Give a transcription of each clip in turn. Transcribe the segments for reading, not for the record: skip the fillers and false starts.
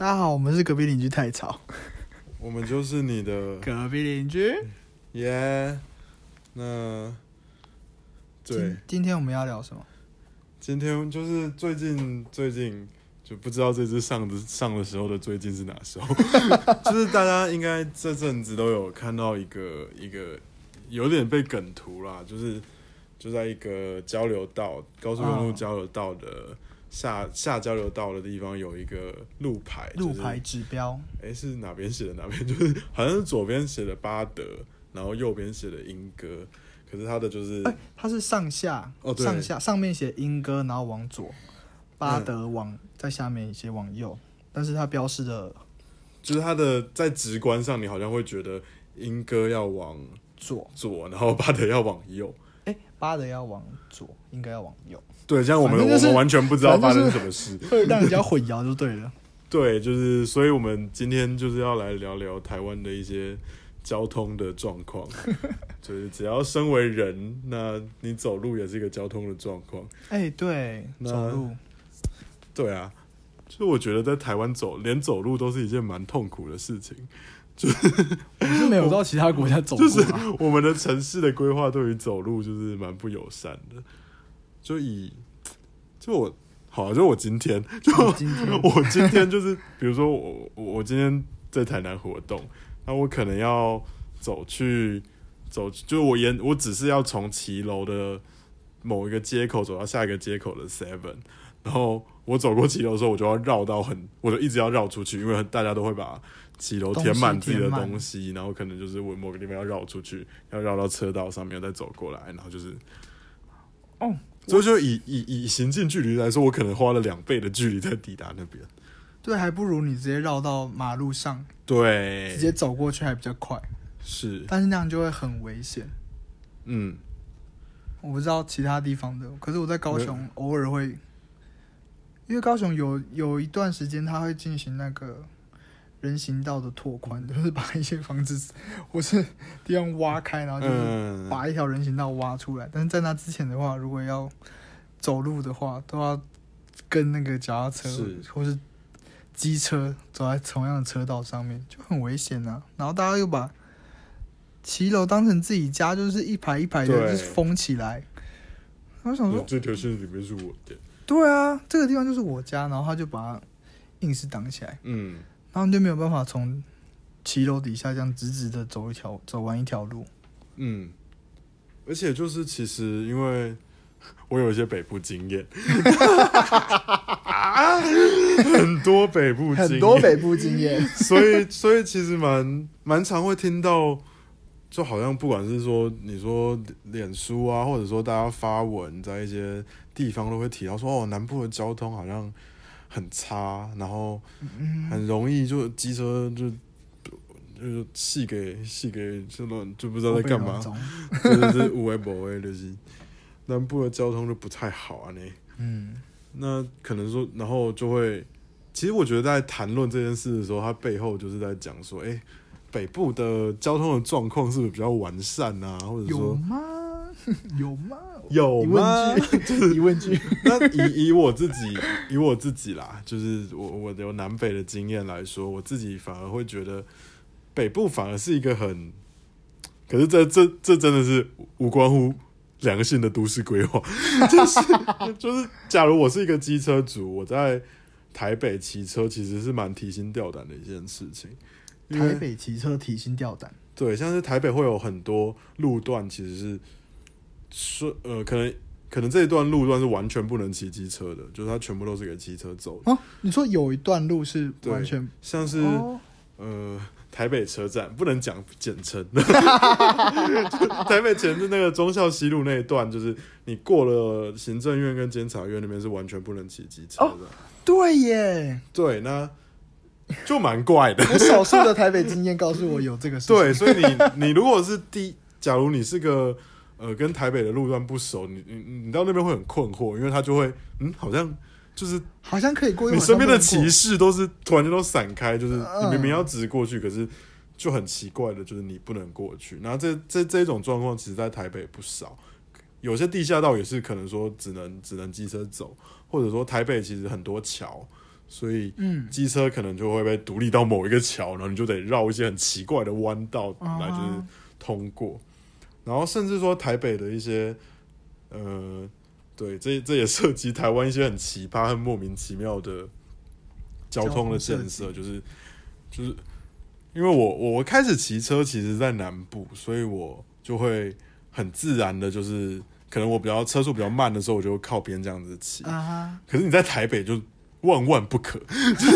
大家好，我们是隔壁邻居太吵。 我们就是你的隔壁邻居耶。那对， 今天我们要聊什么？ 今天就是最近就不知道这支上的时候的最近是哪时候，就是大家应该这阵子都有看到一个有点被梗图啦，就在一个交流道，高速公路交流道的下交流道的地方有一个路牌， 指标， 是哪边写的哪边，就是好像是左边写的巴德，然后右边写的莺歌，可是它的就是它是上下，上面写莺歌，然后往左，巴德在下面写往右，但是它标示的， 就是它的在直观上，你好像会觉得莺歌要往左，然后巴德要往右。 巴德要往左，应该要往右。 对，这样我们完全不知道发生什么事， 会让人家混淆就对了。 对，就是所以我们今天就是要来聊聊台湾的一些交通的状况。就是只要身为人，那你走路也是一个交通的状况。 对，走路。 对啊，就我觉得在台湾连走路都是一件蛮痛苦的事情。 我是没有到其他国家走过， 就是我们的城市的规划对于走路就是蛮不友善的。就我今天就是，比如说我今天在台南活动，那我可能要就是我只是要从骑楼的某一个街口走到下一个街口的 Seven， 然后我走过骑楼的时候，我就要我就一直要绕出去，因为大家都会把骑楼填满自己的东西，然后可能就是我某个地方要绕出去，要绕到车道上面再走过来，然后就是所以就以行进距离来说，我可能花了2倍的距离才抵达那边。 对，还不如你直接绕到马路上， 对， 直接走过去还比较快。 是， 但是那样就会很危险。我不知道其他地方的，可是我在高雄偶尔会，因为高雄有一段时间它会进行那个人行道的拓宽，就是把一些房子或是地方挖开，然后就是把一条人行道挖出来。但是在那之前的话，如果要走路的话，都要跟那个脚踏车或是机车走在同样的车道上面，就很危险啊。然后大家又把骑楼当成自己家，就是一排一排的就是封起来。我想说， 这条线里面是我的。 对啊，这个地方就是我家，然后他就把它硬是挡起来。然后你就没有办法从骑楼底下这样直直的走完一条路。 而且就是其实因为我有一些北部经验，很多北部经验，所以其实蛮常会听到，就好像不管是说你说脸书啊，或者说大家发文在一些地方都会提到说，南部的交通好像很差，然后很容易就机车就细给就不知道在干嘛，就是有的没的，就是南部的交通就不太好啊那可能说，然后就会，其实我觉得在谈论这件事的时候，它背后就是在讲说，北部的交通的状况是不是比较完善啊？或者说有吗？ 有吗？ 疑问句。 那以我自己啦，就是我有南北的经验来说，我自己反而会觉得北部反而是一个可是这真的是无关乎良性的都市规划，就是，假如我是一个机车族，我在台北骑车其实是蛮提心吊胆的一件事情。 台北骑车提心吊胆， 对，像是台北会有很多路段，其实是可能这一段路段是完全不能骑机车的，就是它全部都是给机车走的。 你说有一段路是完全像是台北车站不能讲简称，台北前是那个忠孝西路那一段，就是你过了行政院跟监察院那边是完全不能骑机车的。 对耶， 对，那就蛮怪的。 我少数的台北经验告诉我有这个事情。 对，所以你如果是假如你是个跟台北的路段不熟，你到那边会很困惑，因为他就会好像可以过，你身边的骑士都是突然间都散开，就是你明明要直过去，可是就很奇怪的，就是你不能过去。然后这种状况，其实在台北不少，有些地下道也是可能说只能机车走，或者说台北其实很多桥， 所以机车可能就会被独立到某一个桥，然后你就得绕一些很奇怪的弯道来就是通过。然后甚至说台北的一些对，这也涉及台湾一些很奇葩、很莫名其妙的交通的建设，就是因为我开始骑车，其实在南部，所以我就会很自然的，就是可能我车速比较慢的时候，我就靠边这样子骑。可是你在台北就万万不可，就是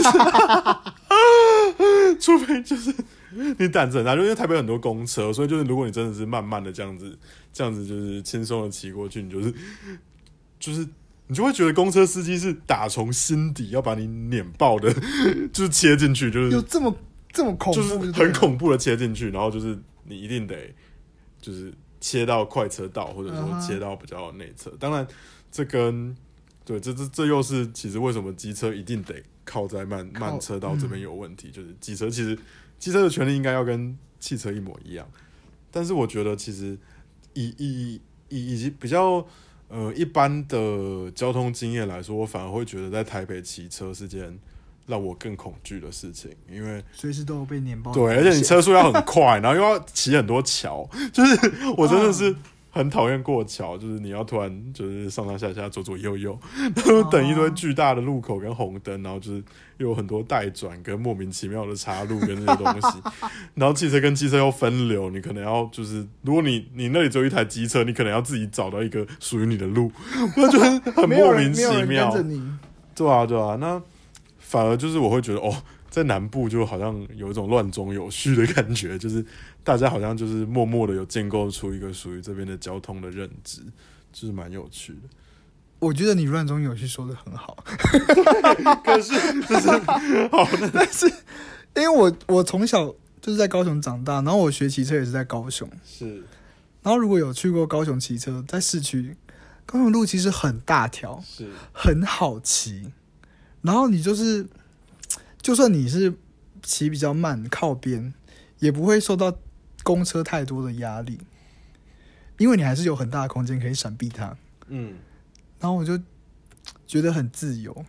除非就是你胆子很大，就因为台北很多公车，所以就是如果你真的是慢慢的这样子就是轻松的骑过去，你就是你就会觉得公车司机是打从心底要把你碾爆的，就是切进去，就是有这么恐怖， 就是很恐怖的切进去，然后就是你一定得就是切到快车道，或者说切到比较内侧。当然，这又是其实为什么机车一定得靠在慢车道这边有问题，就是机车的权利应该要跟汽车一模一样，但是我觉得其实以及比较一般的交通经验来说，我反而会觉得在台北骑车是件让我更恐惧的事情，因为随时都有被碾爆。 对，而且你车速要很快，然后又要骑很多桥，就是我真的是很讨厌过桥，就是你要突然就是上上下下左左右右，然后等一堆巨大的路口跟红灯，然后就是又有很多待转跟莫名其妙的岔路跟那些东西，然后汽车跟机车要分流，你可能要就是如果你那里只有一台机车，你可能要自己找到一个属于你的路，我觉得很莫名其妙。 没有人跟着你。 对啊，那反而就是我会觉得在南部就好像有一种乱中有序的感觉，就是大家好像就是默默的有建构出一个属于这边的交通的认知，就是蛮有趣的。 我觉得你乱中有序说的很好， 可是就是好的， 但是因为我从小就是在高雄长大，然后我学骑车也是在高雄， 是， 然后如果有去过高雄骑车，在市区，高雄路其实很大条， 是很好骑，然后你就算你是骑比较慢靠边，也不会受到公车太多的压力，因为你还是有很大的空间可以闪避它。然后我就觉得很自由。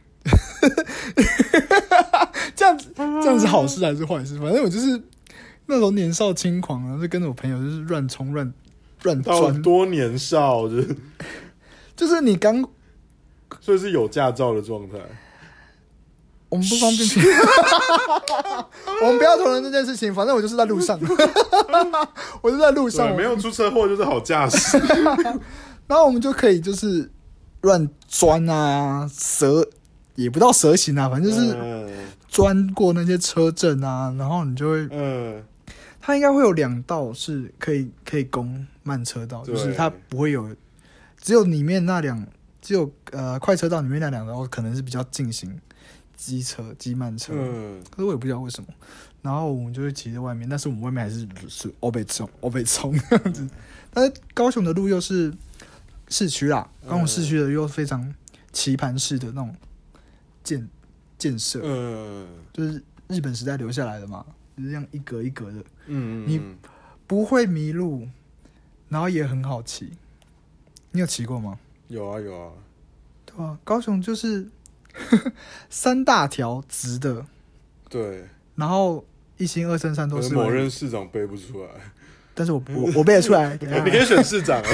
这样子是好事还是坏事？反正我就是那时候年少轻狂，然后就跟着我朋友就是乱冲乱钻。 多年少就是你刚， 所以是有驾照的状态。 我们不方便我们不要讨论这件事情，反正我就是在路上。我就在路上， 没有出车祸就是好驾驶。 然后我们就可以就是乱钻啊，也不到蛇形啊，反正就是钻过那些车阵啊，然后你就会，它应该会有2道是可以供慢车道，就是它不会有，只有里面只有快车道里面那2道可能是比较进行机慢车，可是我也不知道为什么。然后我们就会骑在外面，但是我们外面还是欧北冲这样子。但是高雄的路又是市区啦，高雄市区的又非常棋盘式的那种建设，就是日本时代留下来的嘛，就是这样一格一格的，你不会迷路，然后也很好骑。你有骑过吗？ 有啊， 对啊，高雄就是3大条直的， 对，然后1星2升3都是。 某任市长背不出来， 但是我背得出来。 你可以选市长。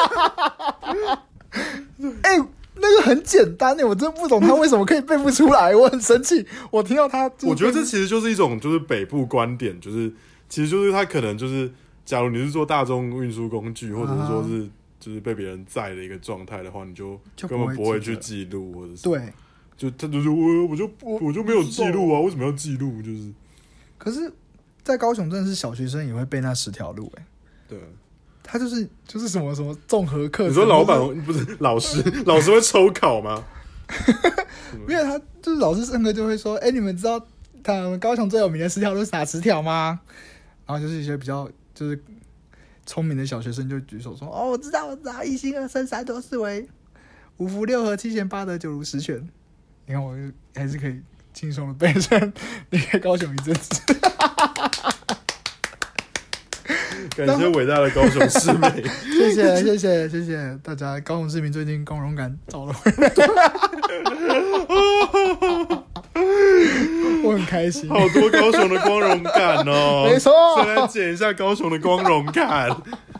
那个很简单我真的不懂他为什么可以背不出来，我很生气。我听到他， 我觉得这其实就是一种就是北部观点，就是其实就是他可能就是，假如你是做大众运输工具，或者是说是就是被别人载的一个状态的话，你就根本不会去记录，或者是对， 就他就说我就没有记录啊，为什么要记录？就是，可是，在高雄真的是小学生也会背那10条路对。 他就是什么综合课程。 你说老板不是老师会抽考吗？ 因为他就是老师上课就会说，你们知道他们高雄最有名的10条路是哪10条吗？然后就是一些比较就是聪明的小学生就举手说，我知道1星2升3多4为5福6合7贤8德9如10全。你看我还是可以轻松的背上离开高雄一阵子。 感谢伟大的高雄市民。 谢谢大家，高雄市民最近光荣感找了回来。 开心。 好多高雄的光荣感哦， 没错。 先来剪一下高雄的光荣感。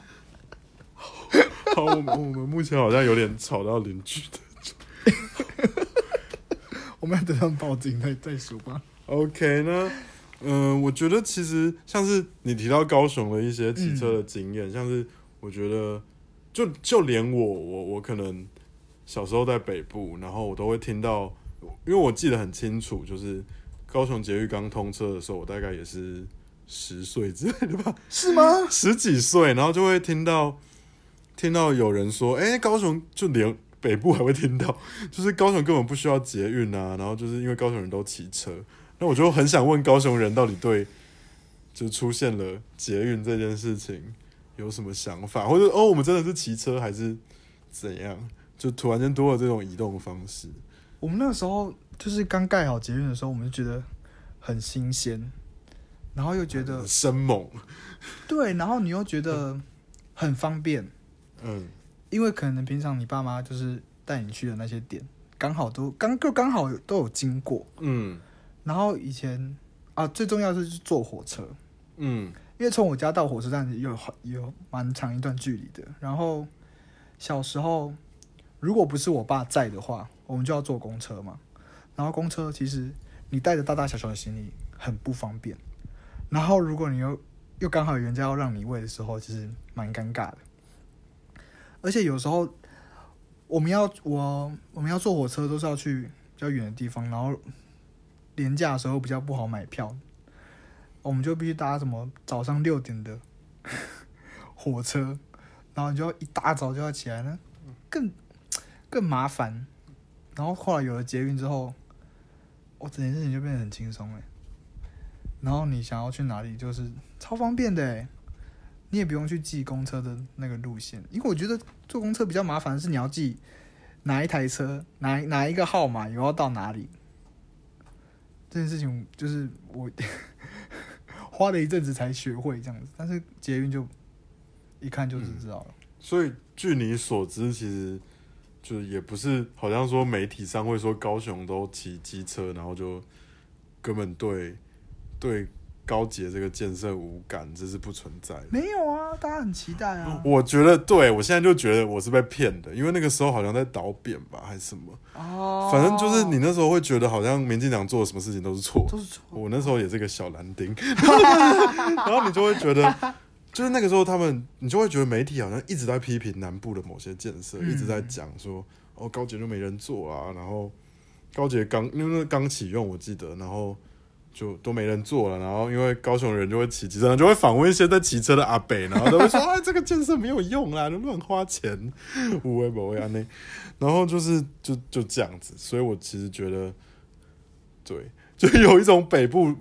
好，我们目前好像有点吵到邻居的。 我们要等他们报警再说吧。 OK， 那我觉得其实像是你提到高雄的一些骑车的经验，像是我觉得就连我可能小时候在北部，然后我都会听到，因为我记得很清楚，就是高雄捷运刚通车的时候，我大概也是10岁之类的吧， 是吗 ？10几岁，然后就会听到有人说，高雄就连北部还会听到，就是高雄根本不需要捷运啊，然后就是因为高雄人都骑车，那我就很想问高雄人到底对就出现了捷运这件事情有什么想法，或者我们真的是骑车还是怎样？就突然间多了这种移动方式。 我们那时候就是刚盖好捷运的时候，我们就觉得很新鲜，然后又觉得生猛， 对，然后你又觉得很方便，因为可能平常你爸妈就是带你去的那些点，刚好都有经过，然后以前最重要的是坐火车，因为从我家到火车站有蛮长一段距离的，然后小时候如果不是我爸在的话，我们就要坐公车嘛，然后公车其实你带着大大小小的行李很不方便，然后如果你又刚好有人家要让你位的时候，其实蛮尴尬的。而且有时候我们要坐火车都是要去比较远的地方，然后连假的时候比较不好买票，我们就必须搭什么早上6点的火车，然后你就要一大早就要起来呢，更麻烦。然后后来有了捷运之后，整件事情就变得很轻松哎。然后你想要去哪里就是超方便的哎。你也不用去记公车的那个路线，因为我觉得坐公车比较麻烦的是你要记哪一台车哪一个号码有要到哪里，这件事情就是我花了一阵子才学会这样子，但是捷运就一看就知道了。 所以据你所知，其实就也不是好像说媒体上会说高雄都骑机车，然后就根本对高捷这个建设无感，这是不存在的。 没有啊，大家很期待啊。 我觉得对，我现在就觉得我是被骗的，因为那个时候好像在导扁吧，还是什么。反正就是你那时候会觉得好像民进党做的什么事情都是错。我那时候也是个小蓝丁，然后你就会觉得，就是那个时候你就会觉得媒体好像一直在批评南部的某些建设，一直在讲说高捷就没人做啊，然后高捷因为刚启用我记得，然后就都没人做了，然后因为高雄人就会骑机车，就会访问一些在骑车的阿伯，然后都会说这个建设没有用啦，乱花钱，有的没的这样，然后就这样子，所以我其实觉得，对，就有一种北部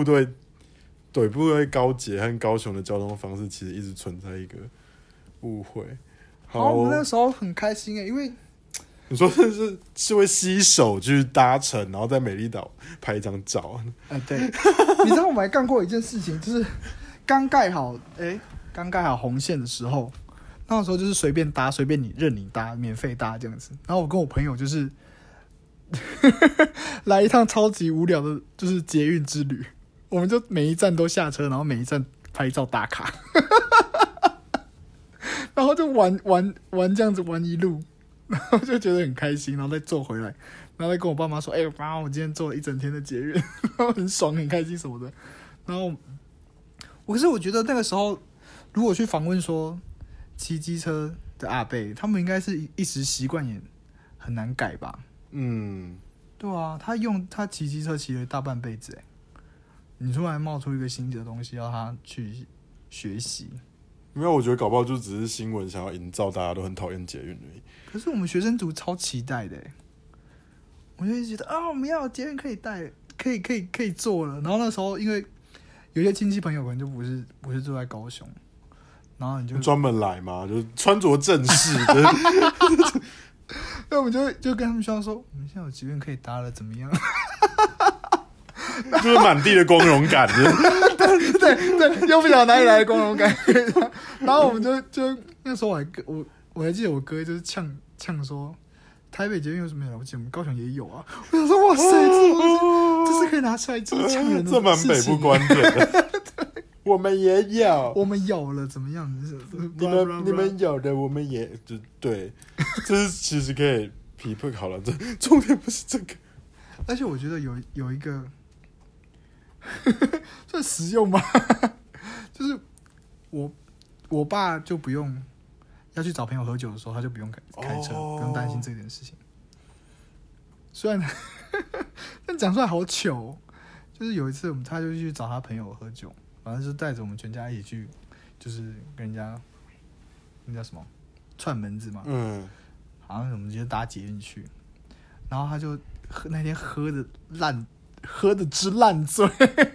对高捷和高雄的交通方式，其实一直存在一个误会。 好，我们那时候很开心因为。 你说是会携手去搭乘，然后在美丽岛拍一张照。 对，你知道我们还干过一件事情，就是刚盖好红线的时候，那时候就是随便搭，随便任你搭，免费搭这样子。然后我跟我朋友就是来一趟超级无聊的，就是捷运之旅。我们就每一站都下车，然后每一站拍照打卡，然后就玩这样子玩一路。然后就觉得很开心，然后再坐回来，然后再跟我爸妈说：“妈，我今天坐了一整天的捷运，然后很爽，很开心什么的。”然后，可是我觉得那个时候，如果去访问说骑机车的阿伯，他们应该是一时习惯也很难改吧？对啊，他骑机车骑了大半辈子，你突然冒出一个新的东西要他去学习。 没有，我觉得搞不好就只是新闻想要营造大家都很讨厌捷运而已。 可是我们学生族超期待的，我就觉得我们要捷运可以带，可以坐了。然后那时候因为有些亲戚朋友可能就不是住在高雄，然后你就专门来嘛，就是穿着正式， 那我们就跟他们说，我们现在有捷运可以搭了，怎么样？ 就是满地的光荣感， 对，又不晓得哪里来的光荣感。然后我们就那时候我还记得我哥就是呛说，台北捷运有什么了不起？我们高雄也有啊。我想说，哇塞，这是可以出来就是呛人的事情， 这蛮北部观点的。我们也有， 我们有了怎么样？ 你们有的，我们也就对，这是其实可以匹配好了。这重点不是这个， 而且我觉得有一个，这实用吗？就是我爸就不用要去找朋友喝酒的时候，他就不用开车，不用担心这件事情。虽然但讲出来好糗哦，就是有一次他就去找他朋友喝酒，反正就带着我们全家一起去，就是跟人家那叫什么串门子嘛，好像我们直接搭捷运去，然后他就那天喝的之烂醉，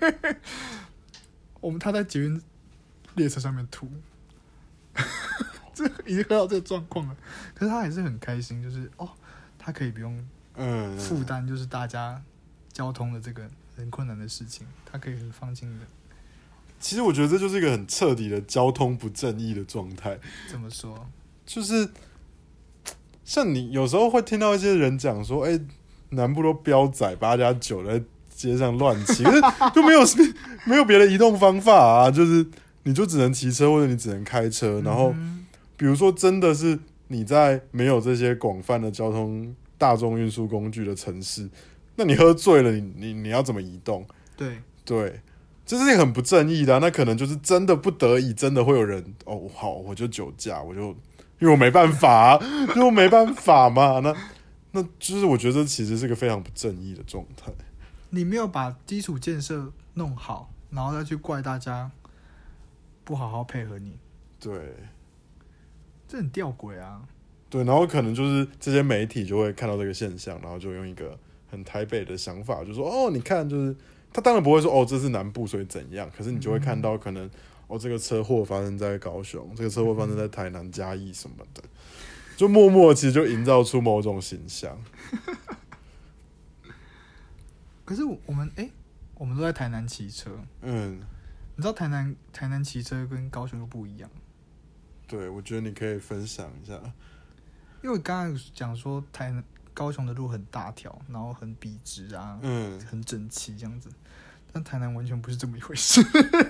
他在捷运列车上面吐，这已经喝到这个状况了，可是他还是很开心，就是他可以不用负担，就是大家交通的这个很困难的事情，他可以很放心的。 其实我觉得这就是一个很彻底的交通不正义的状态。 怎么说？ 就是像你有时候会听到一些人讲说，南部都飙仔8+9在街上乱骑，可是就没有别的移动方法啊，就是你就只能骑车或者你只能开车，然后比如说真的是你在没有这些广泛的交通大众运输工具的城市，那你喝醉了，你要怎么移动？对，这是一个很不正义的那可能就是真的不得已，真的会有人好，我就酒驾，因为我没办法因为我没办法嘛，那就是我觉得这其实是个非常不正义的状态。 你没有把基础建设弄好，然后再去怪大家不好好配合你， 对， 这很吊诡啊。 对，然后可能就是这些媒体就会看到这个现象，然后就用一个很台北的想法，就说你看，就是他当然不会说这是南部所以怎样，可是你就会看到可能这个车祸发生在高雄，这个车祸发生在台南嘉义什么的，就默默其实就营造出某种形象。 可是我们都在台南骑车，你知道台南骑车跟高雄又不一样。 对，我觉得你可以分享一下， 因为我刚刚讲说高雄的路很大条，然后很笔直啊，很整齐这样子，但台南完全不是这么一回事。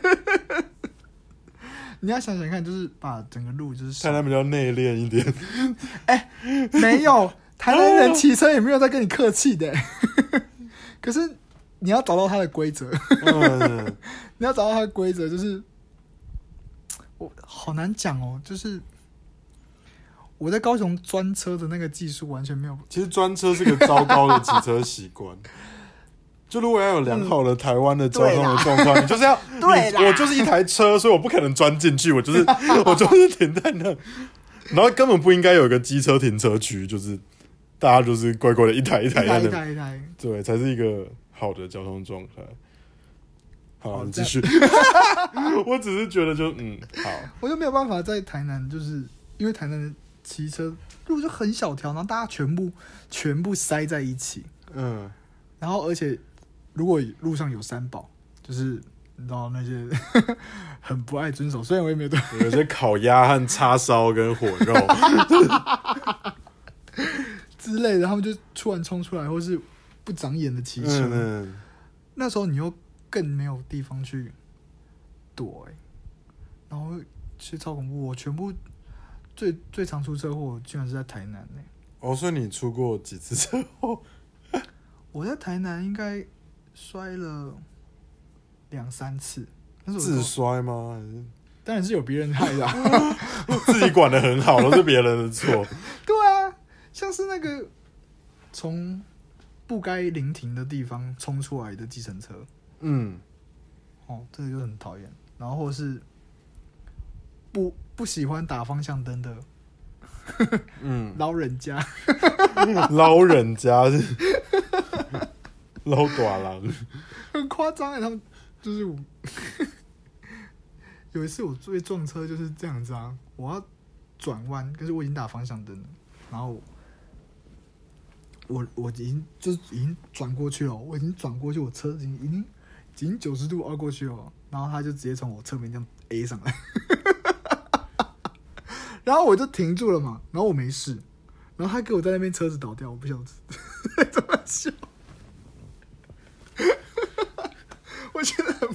你要想想看，就是把整个路就是台南比较内敛一点。 没有，台南人骑车也没有在跟你客气的。可是你要找到他的规则，你要找到他的规则，就是我好难讲哦，就是我在高雄专车的那个技术完全没有。 其实专车是个糟糕的骑车习惯。就如果要有良好的台湾的交通的状况，你就是要我就是一台车，所以我不可能钻进去，我就是停在那，然后根本不应该有一个机车停车区，就是大家就是乖乖的一台一台，对，才是一个好的交通状态。好，你继续。我只是觉得好， 我就没有办法在台南，就是因为台南的骑车路就很小条，然后大家全部塞在一起，然后而且如果路上有三宝，就是你知道那些很不爱遵守，虽然我也没有对， 有些烤鸭和叉烧跟火肉之类的，他们就突然冲出来，或是不长眼的骑车，那时候你又更没有地方去躲，然后其实超恐怖。我全部最常出车祸，居然是在台南所以你出过几次车祸？ 我在台南应该摔了2-3次。 自摔吗？ 当然是有别人害的自己管得很好，都是别人的错。 对啊，像是那个从不该临停的地方冲出来的计程车，这个就很讨厌。然后或者是不喜欢打方向灯的，捞人家， 捞人家是捞大郎， 很夸张他们就是有一次我被撞车就是这样子啊，我要转弯，可是我已经打方向灯了，然后我已经转过去了，我车已经90度凹过去了，然后他就直接从我侧面这样 A 上来，然后我就停住了嘛，然后我没事，然后他给我在那边车子倒掉，我不晓得怎么笑。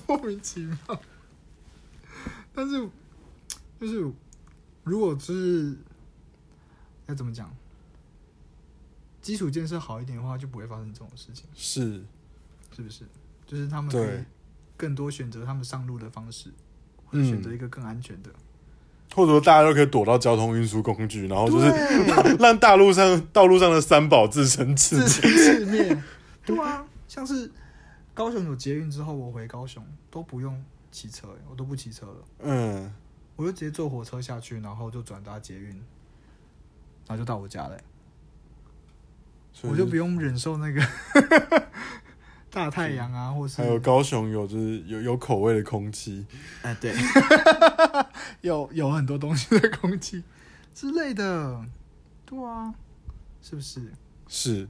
莫名其妙。但是就是如果就是要怎么讲，基础建设好一点的话，就不会发生这种事情。是不是？就是他们可以更多选择他们上路的方式，或者选择一个更安全的。 或者说大家都可以躲到交通运输工具，然后就是让道路上的三宝自生自灭。对啊，像是高雄有捷运之后，我回高雄都不用骑车，我都不骑车了。我就直接坐火车下去，然后就转搭捷运，然后就到我家了。我就不用忍受那个大太阳啊，或是还有高雄就是有口味的空气。 对。有很多东西的空气之类的，对啊，是不是？ 是。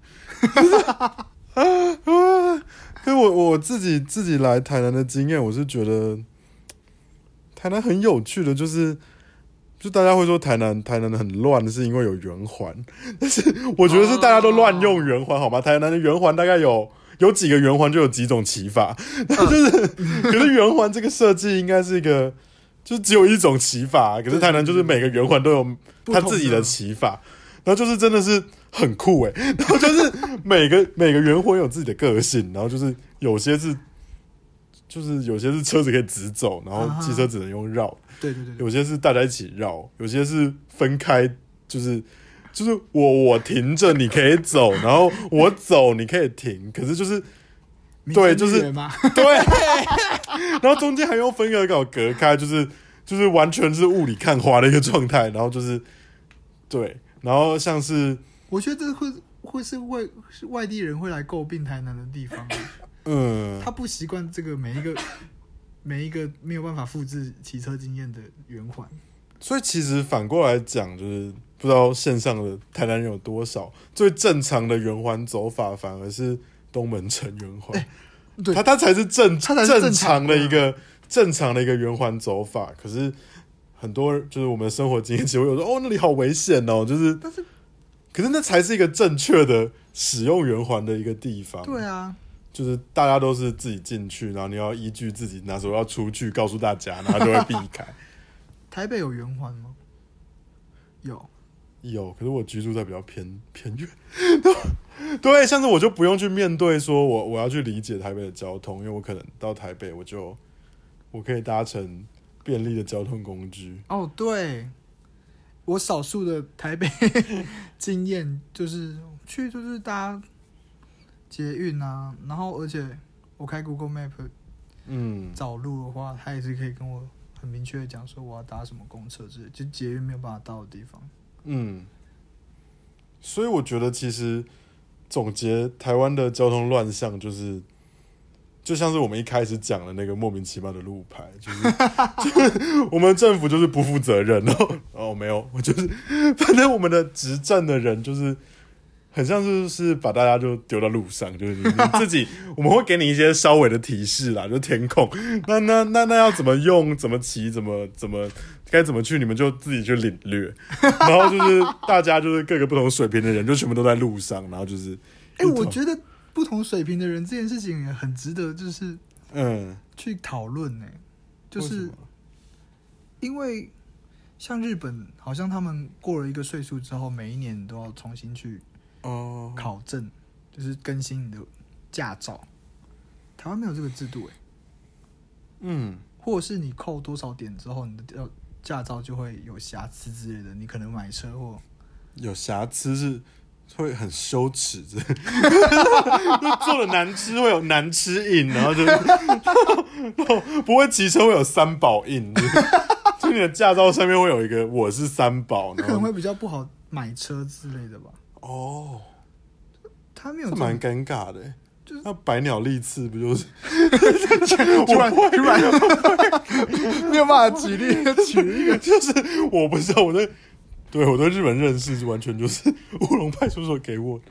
可是我自己来台南的经验，我是觉得台南很有趣的，就大家会说台南很乱，是因为有圆环，但是我觉得是大家都乱用圆环，好吗？台南的圆环大概有几个圆环就有几种骑法，可是圆环这个设计应该是一个。就只有一种骑法，可是台南就是每个圆环都有他自己的骑法，然后就是真的是很酷然后就是每个圆环有自己的个性，然后就是有些是车子可以直走，然后机车只能用绕， 对， 有些是大家一起绕，有些是分开，就是我停着你可以走，然后我走你可以停，可是就是对，就是对，然后中间还用分隔岛隔开，就是完全是雾里看花的一个状态，然后就是对，然后像是我觉得这会是外地人会来诟病台南的地方，他不习惯这个每一个没有办法复制骑车经验的圆环， 所以其实反过来讲，就是不知道线上的台南人有多少，最正常的圆环走法反而是东门城圆环， 对， 它才是正常的一个圆环走法。可是很多就是我们的生活经验，其实会有说那里好危险哦，可是那才是一个正确的使用圆环的一个地方。 对啊， 就是大家都是自己进去，然后你要依据自己哪时候要出去告诉大家，然后就会避开。 台北有圆环吗？ 有，可是我居住在比较偏远。对，像是我就不用去面对说我要去理解台北的交通，因为我可能到台北我可以搭乘便利的交通工具。 对，我少数的台北经验就是搭捷运啊，然后而且我开 Google Map， 找路的话，它也是可以跟我很明确的讲说我要搭什么公车之类，就捷运没有办法到的地方。 所以我觉得其实总结台湾的交通乱象，就像是我们一开始讲的那个莫名其妙的路牌，就是我们政府就是不负责任没有，我就是反正我们的执政的人就是很像是把大家就丢到路上，就是你自己我们会给你一些稍微的提示啦，就填空，那要怎么用，怎么骑，该怎么去，你们就自己去领略。然后就是大家就是各个不同水平的人就全部都在路上，然后就是我觉得不同水平的人这件事情也很值得就是去讨论就是因为像日本好像他们过了一个岁数之后，每一年都要重新去考证，就是更新你的驾照。台湾没有这个制度或者是你扣多少点之后，你的驾照就会有瑕疵之类的，你可能买车或有瑕疵是会很羞耻，就做的难吃会有难吃印，然后就不会骑车会有三宝印，就你的驾照上面会有一个我是三宝， 可能会比较不好买车之类的吧。他没有， 这蛮尴尬的。那百鸟立刺不就是突然没有办法举例举一个， 就是我不知道我对日本认识完全就是乌龙派出所给我的，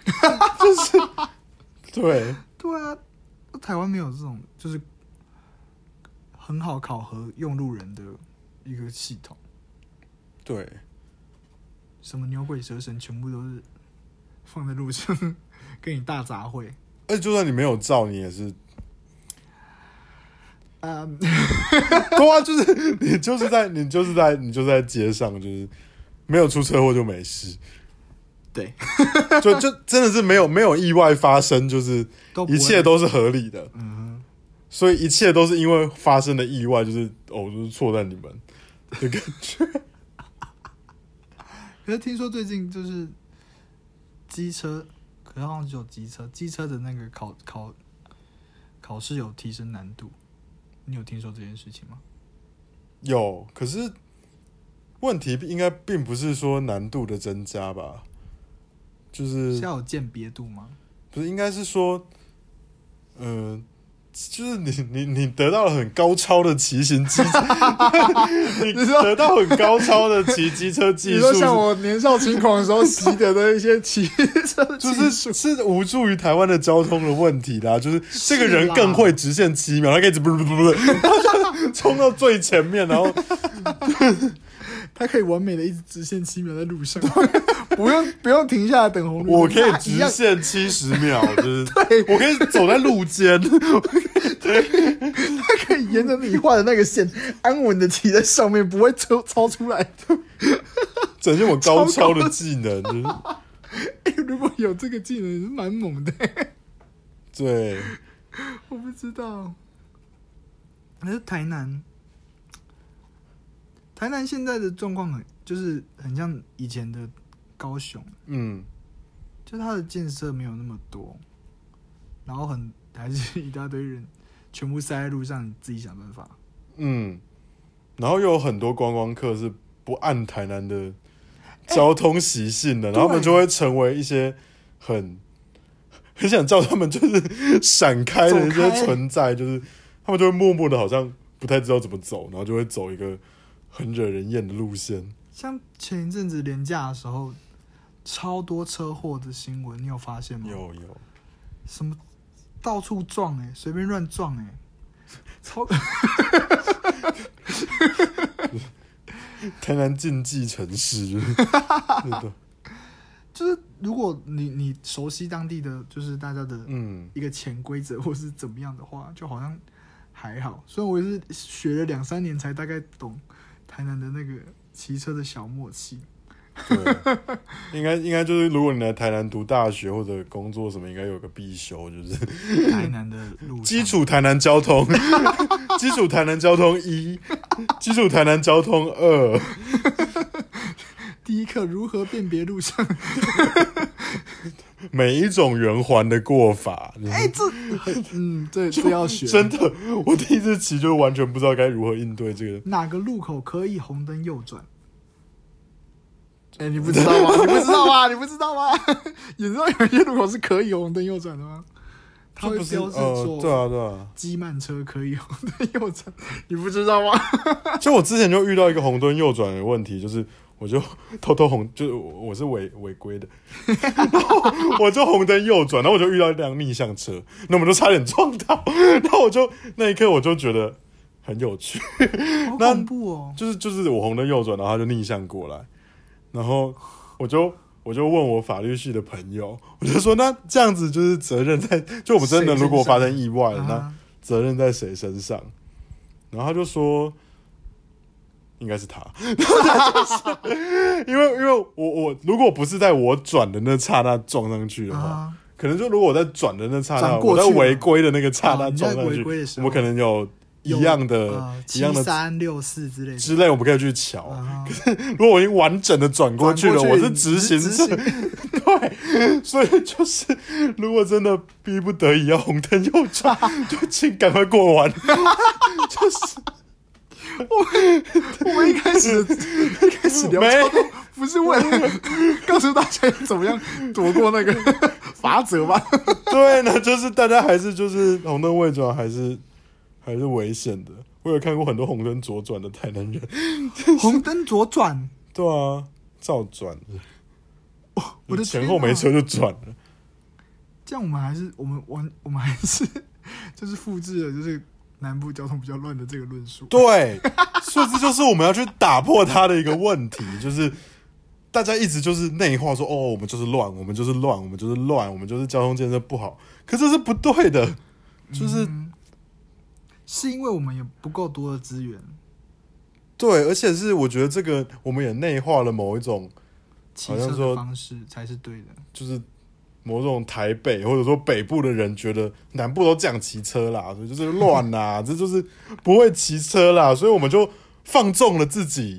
就是对啊，台湾没有这种就是很好考核用路人的一个系统。 对， 什么牛鬼蛇神全部都是放在路上跟你大杂烩。 就算你没有照，你也是对啊，就是你就是在街上，就是没有出车祸就没事。 对， 就真的是没有意外发生，就是一切都是合理的。所以一切都是因为发生的意外，就是就是错在你们的感觉。 可是听说最近就是机车，可是好像只有机车的那个考试有提升难度。你有听说这件事情吗？ 有，可是问题应该并不是说难度的增加吧？就是要有鉴别度吗？ 不是，应该是说，就是你得到了很高超的骑行技，你得到很高超的骑机车技术。 你说像我年少轻狂的时候习得的一些骑车技术， 是无助于台湾的交通的问题啦。就是这个人更会直线7秒，他可以不冲到最前面，然后他可以完美的一直直线7秒在路上，不用停下来等红绿灯。 我可以直线70秒，就是我可以走在路肩， 他可以沿着你画的那个线安稳的骑在上面，不会超出来， 展现我高超的技能。就是如果有这个技能，是蛮猛的。 对， 我不知道。可是台南现在的状况就是很像以前的高雄，就它的建设没有那么多，然后还是一大堆人全部塞在路上，你自己想办法。 然后又有很多观光客是不按台南的交通习性的，然后他们就会成为一些很想叫他们就是闪开的一些存在，就是他们就会默默的好像不太知道怎么走，然后就会走一个很惹人厌的路线。 像前一阵子连假的时候，超多车祸的新闻，你有发现吗？ 有， 什么到处撞随便乱撞超台南竞技城市， 就是如果你熟悉当地的就是大家的一个潜规则或是怎么样的话，就好像还好。虽然我也是学了2-3年才大概懂台南的那个骑车的小默契。 对，应该就是如果你来台南读大学或者工作什么，应该有个必修，就是台南的路基础台南交通，基础台南交通1，基础台南交通2。 第一课如何辨别路上每一种圆环的过法。 这要学。 真的，我第一次骑就完全不知道该如何应对这个。 哪个路口可以红灯右转？你不知道吗？你不知道吗？你不知道吗？你知道有些路口是可以红灯右转的吗？它会标示说， 对啊， 机慢车可以红灯右转，你不知道吗？ 就我之前就遇到一个红灯右转的问题，就是我就偷就是我是违规的，然后我就红灯右转，然后我就遇到一辆逆向车，那我们就差点撞到，然后那一刻我就觉得很有趣， 好恐怖哦！ 就是我红灯右转，然后他就逆向过来，然后我就问我法律系的朋友，我就说那这样子就是责任就我们真的如果发生意外了，那责任在谁身上？然后他就说应该是他，因为我如果不是在我转的那刹那撞上去的话，可能就如果我在转的那刹那，我在违规的那个刹那撞上去，我们可能有一样的 7364之类，我们可以去瞧。可是如果我已经完整的转过去了，我是直行者，对，所以就是如果真的逼不得已要红灯右转，就请赶快过弯。就是我们一开始聊交通，不是为了告诉大家怎么样躲过那个罚则吧？ 对呢，就是大家还是就是红灯未转还是危险的。我有看过很多红灯左转的台南人， 红灯左转， 对啊，照转的， 我的前后没车就转了。 这样我们还是就是复制了就是南部交通比较乱的这个论述。 对，所以这就是我们要去打破它的一个问题，就是大家一直就是内化说我们就是乱，我们就是乱，我们就是乱，我们就是交通建设不好，可这是不对的，就是是因为我们有不够多的资源。 对，而且是我觉得这个我们也内化了某一种骑车的方式才是对的， 就是某种台北或者说北部的人觉得南部都这样骑车啦，所以就是乱啦，这就是不会骑车啦，所以我们就放纵了自己。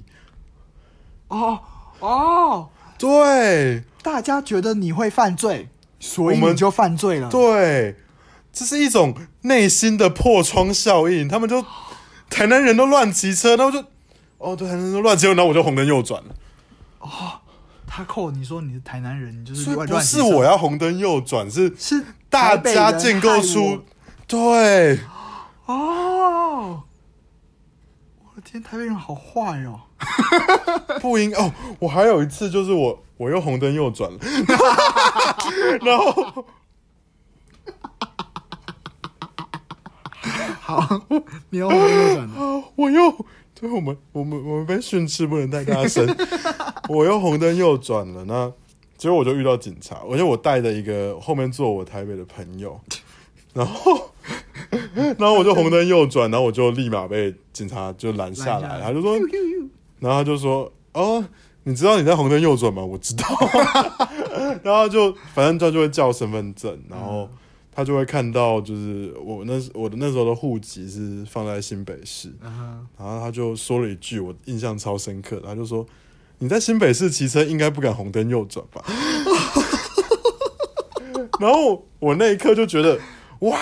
对， 大家觉得你会犯罪，所以你就犯罪了。 对，这是一种内心的破窗效应。他们就台南人都乱骑车，然后就对，台南人都乱骑车，然后我就红灯右转了。 他扣你说你是台南人，你就是乱骑车。 不是我要红灯右转，是大家建构出对。 我的天，台北人好坏哦。 不应我还有一次就是我又红灯右转了，然后好，你又红灯右转了， 对我们被训斥不能太大声，我又红灯右转了，那结果我就遇到警察，而且我带着一个后面坐我台北的朋友，然后我就红灯右转，然后我就立马被警察就拦下来，他就说，然后他就说你知道你在红灯右转吗？我知道，然后反正他就会叫身份证，然后他就会看到就是我的那时候的户籍是放在新北市，然后他就说了一句我印象超深刻的，他就说你在新北市骑车应该不敢红灯右转吧。然后我那一刻就觉得哇，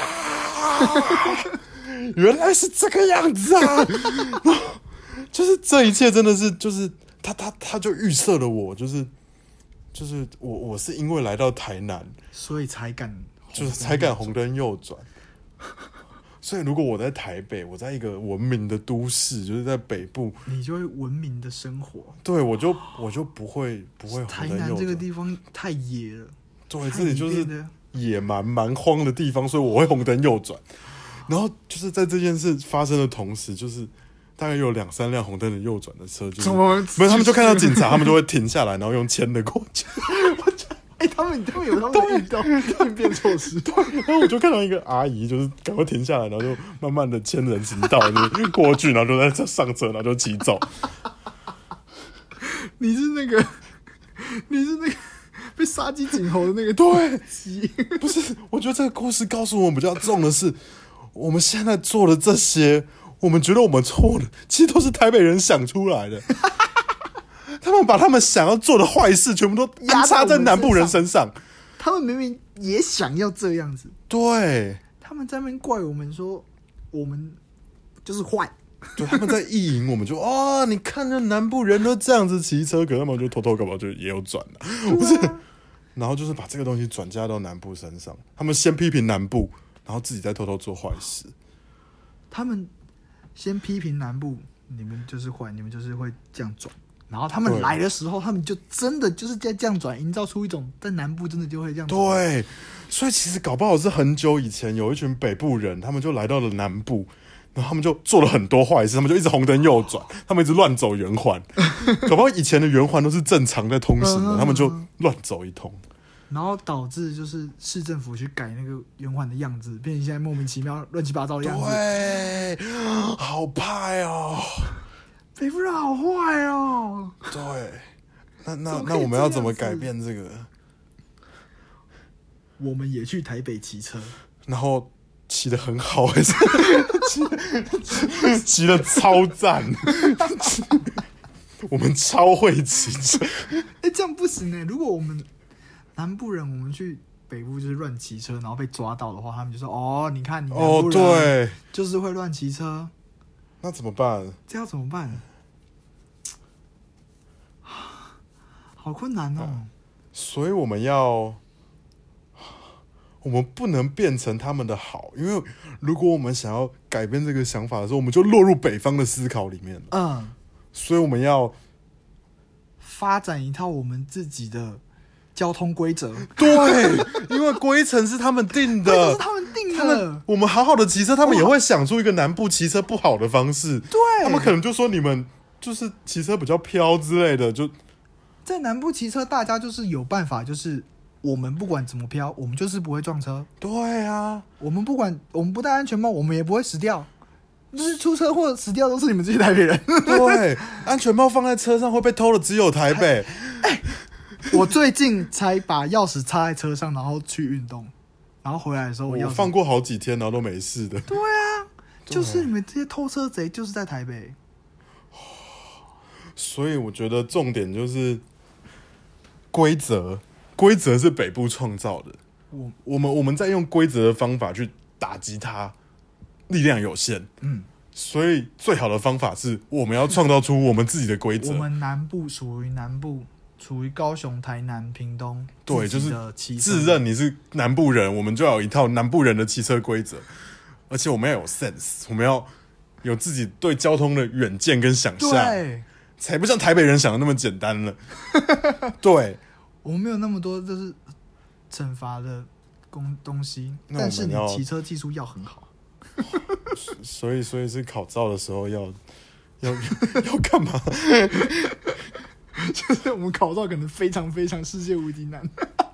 原来是这个样子啊。就是这一切真的是就是他就预设了我，就是我是因为来到台南所以才敢红灯右转。所以如果我在台北，我在一个文明的都市，就是在北部， 你就会文明的生活。 对，我就不会红灯右转。 台南这个地方太野了， 对，这里就是野蛮荒的地方，所以我会红灯右转。然后就是在这件事发生的同时，就是大概有2-3辆红灯的右转的车，就是没有，他们就看到警察，他们就会停下来，然后用牵的过去。 他们有他们的运动应变措施。 对，然后我就看到一个阿姨，就是赶快停下来，然后就慢慢的牵人行道，就过去，然后就在这上车，然后就骑走。 你是那个被杀鸡儆猴的那个对鸡？ 不是，我觉得这个故事告诉我们比较重的是，我们现在做的这些，我们觉得我们错了，其实都是台北人想出来的。他们把他们想要做的坏事全部都安插在南部人身上。 他们明明也想要这样子， 对， 他们在那边怪我们说我们就是坏。 对，他们在意淫我们，就你看那南部人都这样子骑车，可他们就偷偷搞不好就也有转了，不是？然后就是把这个东西转嫁到南部身上，他们先批评南部，然后自己再偷偷做坏事。 他们先批评南部，你们就是坏，你们就是会这样转。然后他们来的时候，他们就真的就是在这样转，营造出一种在南部真的就会这样转。 对，所以其实搞不好是很久以前有一群北部人，他们就来到了南部，然后他们就做了很多坏事，他们就一直红灯右转，他们一直乱走圆环。搞不好以前的圆环都是正常在通行的，他们就乱走一通， 然后导致就是市政府去改那个圆环的样子，变成现在莫名其妙乱七八糟的样子。 对，好派哦。 北部人好坏哦。 对，那我们要怎么改变这个？ 我们也去台北骑车， 然后骑得很好，还是骑得超赞。我们超会骑车。 这样不行如果我们南部人，我们去北部就是乱骑车，然后被抓到的话，他们就说你看你南部人对， 就是会乱骑车。 那怎么办？ 这要怎么办？好困难哦。 所以我们不能变成他们的好，因为如果我们想要改变这个想法的时候，我们就落入北方的思考里面了。所以我们要发展一套我们自己的交通规则。 对，因为规程是他们定的， 是他们定的。 我们好好的骑车，他们也会想出一个南部骑车不好的方式。 对， 他们可能就说你们就是骑车比较飘之类的，就在南部骑车，大家就是有办法，就是我们不管怎么飘，我们就是不会撞车。 对啊， 我们不管，我们不戴安全帽，我们也不会死掉。 就是出车祸死掉都是你们这些台北人。 对，安全帽放在车上会被偷的只有台北。 我最近才把钥匙插在车上，然后去运动，然后回来的时候我放过好几天，然后都没事的。 对啊，就是你们这些偷车贼，就是在台北。 所以我觉得重点就是规则是北部创造的。我们在用规则的方法去打击它，力量有限。所以最好的方法是我们要创造出我们自己的规则。 我们南部属于高雄、台南、屏东， 对，就是自认你是南部人，我们就要有一套南部人的骑车规则，而且我们要有 sense， 我们要有自己对交通的远见跟想象，才不像台北人想的那么简单了。对， 我们没有那么多就是惩罚的东西，但是你骑车技术要很好。 所以是考照的时候要干嘛？ 就是我们考照可能非常非常世界无敌难。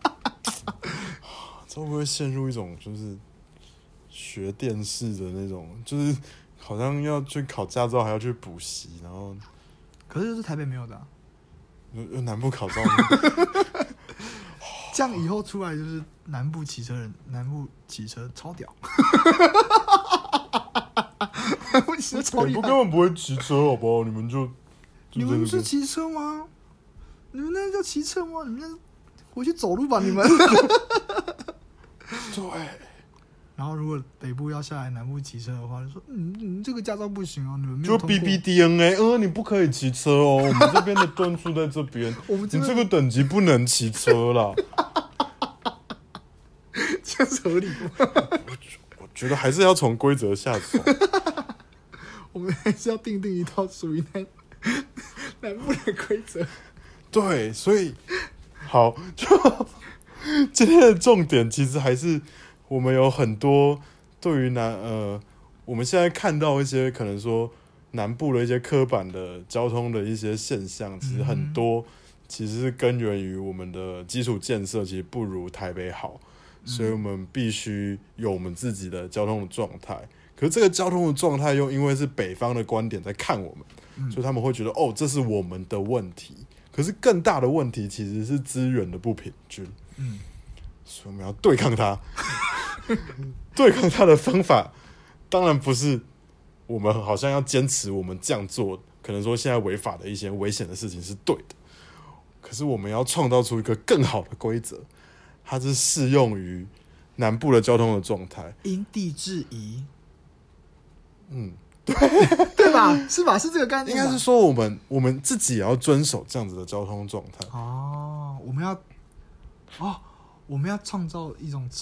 这会不会陷入一种就是学电视的那种，就是好像要去考驾照还要去补习，然后可是就是台北没有的啊， 有南部考照。 这样以后出来就是南部骑车人，南部骑车超屌。南部骑车超厉害， 北部根本不会骑车，好不好？你们是骑车吗？你们那叫骑车吗？你们那回去走路吧，你们。 对。 然后如果北部要下来南部骑车的话，就说你这个驾照不行哦，你们没有通过。就 BBDNA，你不可以骑车哦，我们这边的吨数在这边，你这个等级不能骑车啦。 这样合理吗？ 我觉得还是要从规则下手。 我们还是要定一套属于南部的规则。 对，所以好，就今天的重点其实还是我们有很多对于我们现在看到一些可能说南部的一些刻板的交通的一些现象，其实很多其实是根源于我们的基础建设其实不如台北好，所以我们必须有我们自己的交通的状态。可是这个交通的状态又因为是北方的观点在看我们，所以他们会觉得这是我们的问题。可是更大的问题其实是资源的不平均，所以我们要对抗它。对抗它的方法当然不是我们好像要坚持我们这样做，可能说现在违法的一些危险的事情是对的，可是我们要创造出一个更好的规则，它是适用于南部的交通的状态， 因地制宜。对吧？是吧？是这个概念吧。 应该是说我们自己也要遵守这样子的交通状态。 我们要创造一种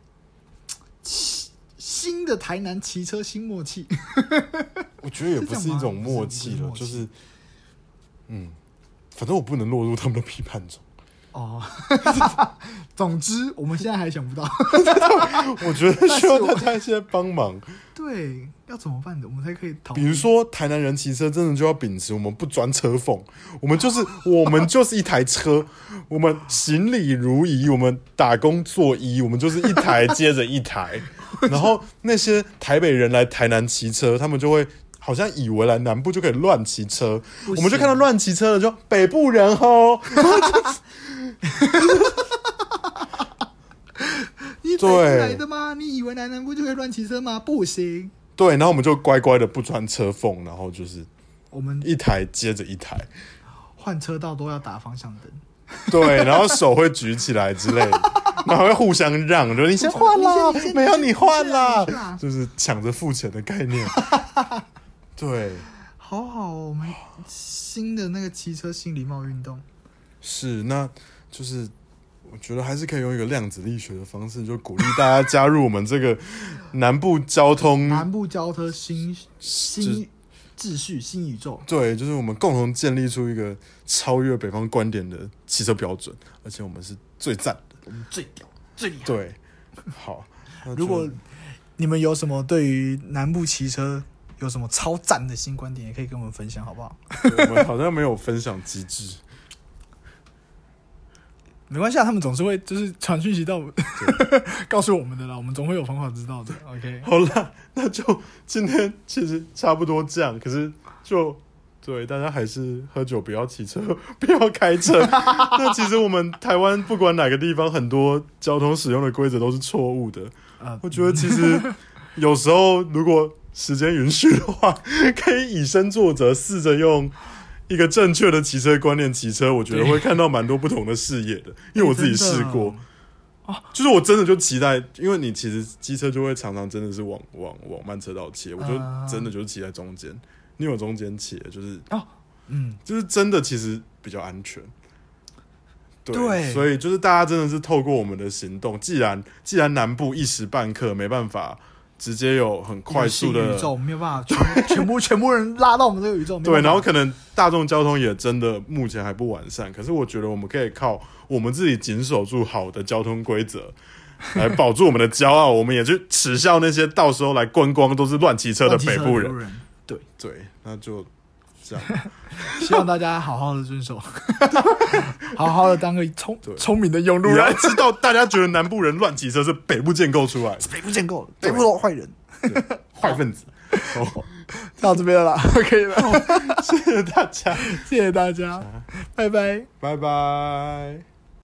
新的台南骑车新默契。 我觉得也不是一种默契了，就是反正我不能落入他们的批判中。 总之我们现在还想不到。 我觉得需要大家一些帮忙。 对，要怎么办的？我们才可以讨论。 比如说台南人骑车真的就要秉持我们不钻车缝，我们就是一台车，我们行礼如仪，我们打工作揖，我们就是一台接着一台。然后那些台北人来台南骑车，他们就会好像以为来南部就可以乱骑车，我们就看到乱骑车的就北部人吼。 你北部来的吗？你以为来南部就可以乱骑车吗？不行。 对，然后我们就乖乖的不穿车缝，然后就是我们一台接着一台， 换车道都要打方向灯。 对，然后手会举起来之类的，然后会互相让，就你先换啦，没有你换啦，就是抢着付钱的概念。对， 好，我们新的那个骑车新礼貌运动是，那就是我觉得还是可以用一个量子力学的方式，就鼓励大家加入我们这个南部交通新秩序、新宇宙。对，就是我们共同建立出一个超越北方观点的汽车标准，而且我们是最赞的， 我们最屌、最厉害。 对，好。 如果你们有什么对于南部骑车有什么超赞的新观点，也可以跟我们分享，好不好？ 我们好像没有分享机制。 没关系啊，他们总是会就是传讯息到我们告诉我们的啦，我们总会有方法知道的。OK， 好啦，那就今天其实差不多这样，可是就对大家还是喝酒不要骑车，不要开车。那其实我们台湾不管哪个地方，很多交通使用的规则都是错误的。我觉得其实有时候如果时间允许的话，可以以身作则，试着用一个正确的骑车观念骑车，我觉得会看到蛮多不同的视野的。因为我自己试过，就是我真的就骑在，因为你其实机车就会常常真的是往慢车道骑，我就真的就是骑在中间。你有中间骑，就是就是真的其实比较安全。对，所以就是大家真的是透过我们的行动，既然南部一时半刻没办法直接有很快速的宇宙，没有办法全部人拉到我们这个宇宙。 对，然后可能大众交通也真的目前还不完善，可是我觉得我们可以靠我们自己紧守住好的交通规则，来保住我们的骄傲。我们也去耻笑那些到时候来观光都是乱骑车的北部人。 对， 那就这样。 希望大家好好的遵守，好好的当个聪明的用路人。 你要知道，大家觉得南部人乱骑车是北部建构出来的， 是北部建构的，北部的坏人、 坏分子。 到这边了啦，可以了。 谢谢大家， 谢谢大家，拜拜， 拜拜。